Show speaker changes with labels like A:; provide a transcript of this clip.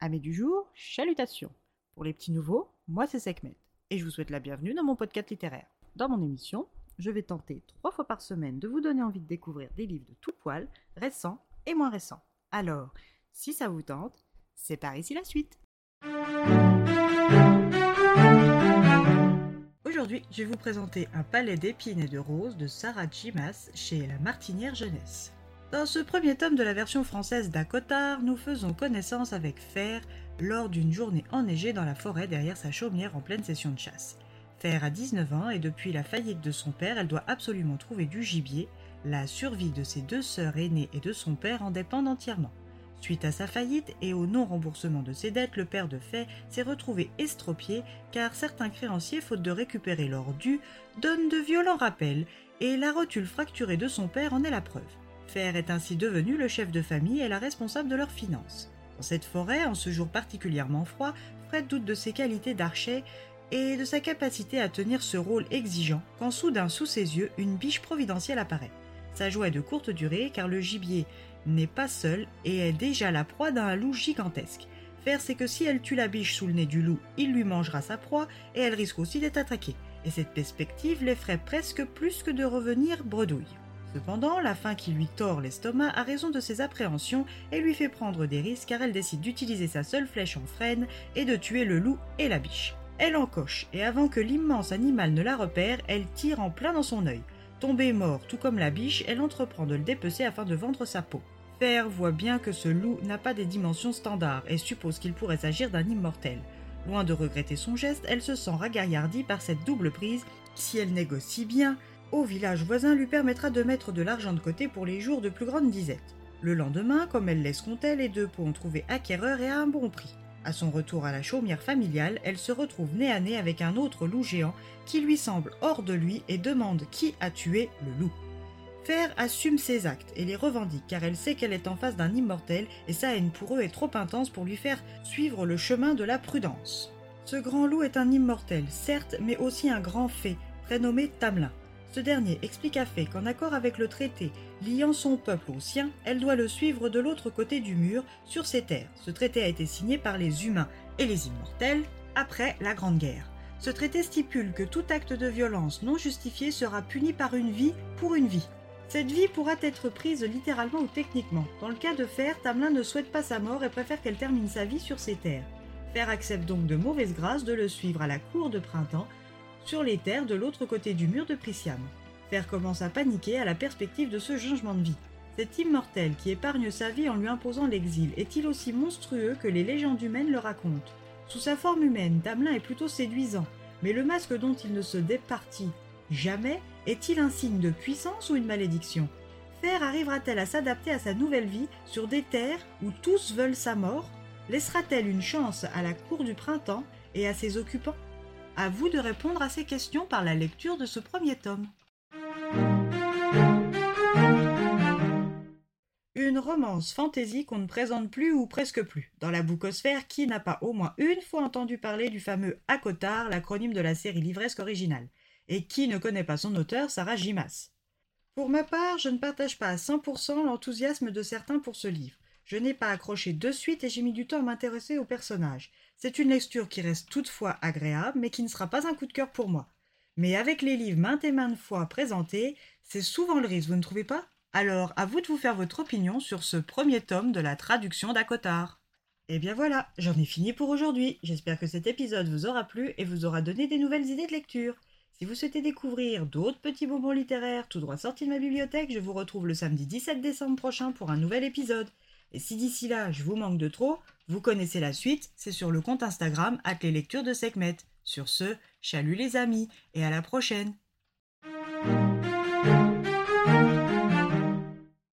A: Amis du jour, chalutations. Pour les petits nouveaux, moi c'est Sekhmet, et je vous souhaite la bienvenue dans mon podcast littéraire. Dans mon émission, je vais tenter 3 fois par semaine de vous donner envie de découvrir des livres de tout poil, récents et moins récents. Alors, si ça vous tente, c'est par ici la suite. Aujourd'hui, je vais vous présenter Un palais d'épines et de roses de Sarah J. Maas chez La Martinière Jeunesse. Dans ce premier tome de la version française d'Acotard, nous faisons connaissance avec Fer lors d'une journée enneigée dans la forêt derrière sa chaumière en pleine session de chasse. Fer a 19 ans et depuis la faillite de son père, elle doit absolument trouver du gibier. La survie de ses 2 sœurs aînées et de son père en dépendent entièrement. Suite à sa faillite et au non-remboursement de ses dettes, le père de Fay s'est retrouvé estropié car certains créanciers, faute de récupérer leur dû, donnent de violents rappels et la rotule fracturée de son père en est la preuve. Fer est ainsi devenu le chef de famille et la responsable de leurs finances. Dans cette forêt, en ce jour particulièrement froid, Fred doute de ses qualités d'archer et de sa capacité à tenir ce rôle exigeant quand soudain sous ses yeux, une biche providentielle apparaît. Sa joie est de courte durée car le gibier n'est pas seul et est déjà la proie d'un loup gigantesque. Fer sait que si elle tue la biche sous le nez du loup, il lui mangera sa proie et elle risque aussi d'être attaquée. Et cette perspective l'effraie presque plus que de revenir bredouille. Cependant, la faim qui lui tord l'estomac a raison de ses appréhensions et lui fait prendre des risques car elle décide d'utiliser sa seule flèche en frêne et de tuer le loup et la biche. Elle encoche et avant que l'immense animal ne la repère, elle tire en plein dans son œil. Tombée mort, tout comme la biche, elle entreprend de le dépecer afin de vendre sa peau. Fer voit bien que ce loup n'a pas des dimensions standards et suppose qu'il pourrait s'agir d'un immortel. Loin de regretter son geste, elle se sent ragaillardie par cette double prise. Si elle négocie bien, au village voisin lui permettra de mettre de l'argent de côté pour les jours de plus grande disette. Le lendemain, comme elle l'escomptait, les deux pourront trouver acquéreur et à un bon prix. À son retour à la chaumière familiale, elle se retrouve nez à nez avec un autre loup géant qui lui semble hors de lui et demande qui a tué le loup. Fer assume ses actes et les revendique car elle sait qu'elle est en face d'un immortel et sa haine pour eux est trop intense pour lui faire suivre le chemin de la prudence. Ce grand loup est un immortel, certes, mais aussi un grand fée, prénommé Tamelin. Ce dernier explique à Fay qu'en accord avec le traité liant son peuple au sien, elle doit le suivre de l'autre côté du mur, sur ses terres. Ce traité a été signé par les humains et les immortels après la Grande Guerre. Ce traité stipule que tout acte de violence non justifié sera puni par une vie pour une vie. Cette vie pourra être prise littéralement ou techniquement. Dans le cas de Fer, Tamelin ne souhaite pas sa mort et préfère qu'elle termine sa vie sur ses terres. Fer accepte donc de mauvaise grâce de le suivre à la cour de printemps, sur les terres de l'autre côté du mur de Prisiam. Fer commence à paniquer à la perspective de ce changement de vie. Cet immortel qui épargne sa vie en lui imposant l'exil est-il aussi monstrueux que les légendes humaines le racontent? Sous sa forme humaine, Tamelin est plutôt séduisant, mais le masque dont il ne se départit jamais est-il un signe de puissance ou une malédiction? Fer arrivera-t-elle à s'adapter à sa nouvelle vie sur des terres où tous veulent sa mort? Laissera-t-elle une chance à la cour du printemps et à ses occupants? À vous de répondre à ces questions par la lecture de ce premier tome. Une romance fantasy qu'on ne présente plus ou presque plus. Dans la boucosphère, qui n'a pas au moins une fois entendu parler du fameux Acotard, l'acronyme de la série livresque originale? Et qui ne connaît pas son auteur, Sarah J. Maas? Pour ma part, je ne partage pas à 100% l'enthousiasme de certains pour ce livre. Je n'ai pas accroché de suite et j'ai mis du temps à m'intéresser aux personnages. C'est une lecture qui reste toutefois agréable, mais qui ne sera pas un coup de cœur pour moi. Mais avec les livres maintes et maintes fois présentés, c'est souvent le risque, vous ne trouvez pas? Alors, à vous de vous faire votre opinion sur ce premier tome de la traduction d'Acotard. Et bien voilà, j'en ai fini pour aujourd'hui. J'espère que cet épisode vous aura plu et vous aura donné des nouvelles idées de lecture. Si vous souhaitez découvrir d'autres petits bonbons littéraires tout droit sortis de ma bibliothèque, je vous retrouve le samedi 17 décembre prochain pour un nouvel épisode. Et si d'ici là, je vous manque de trop, vous connaissez la suite, c'est sur le compte Instagram @leslectures de Sekhmet. Sur ce, chalut les amis, et à la prochaine.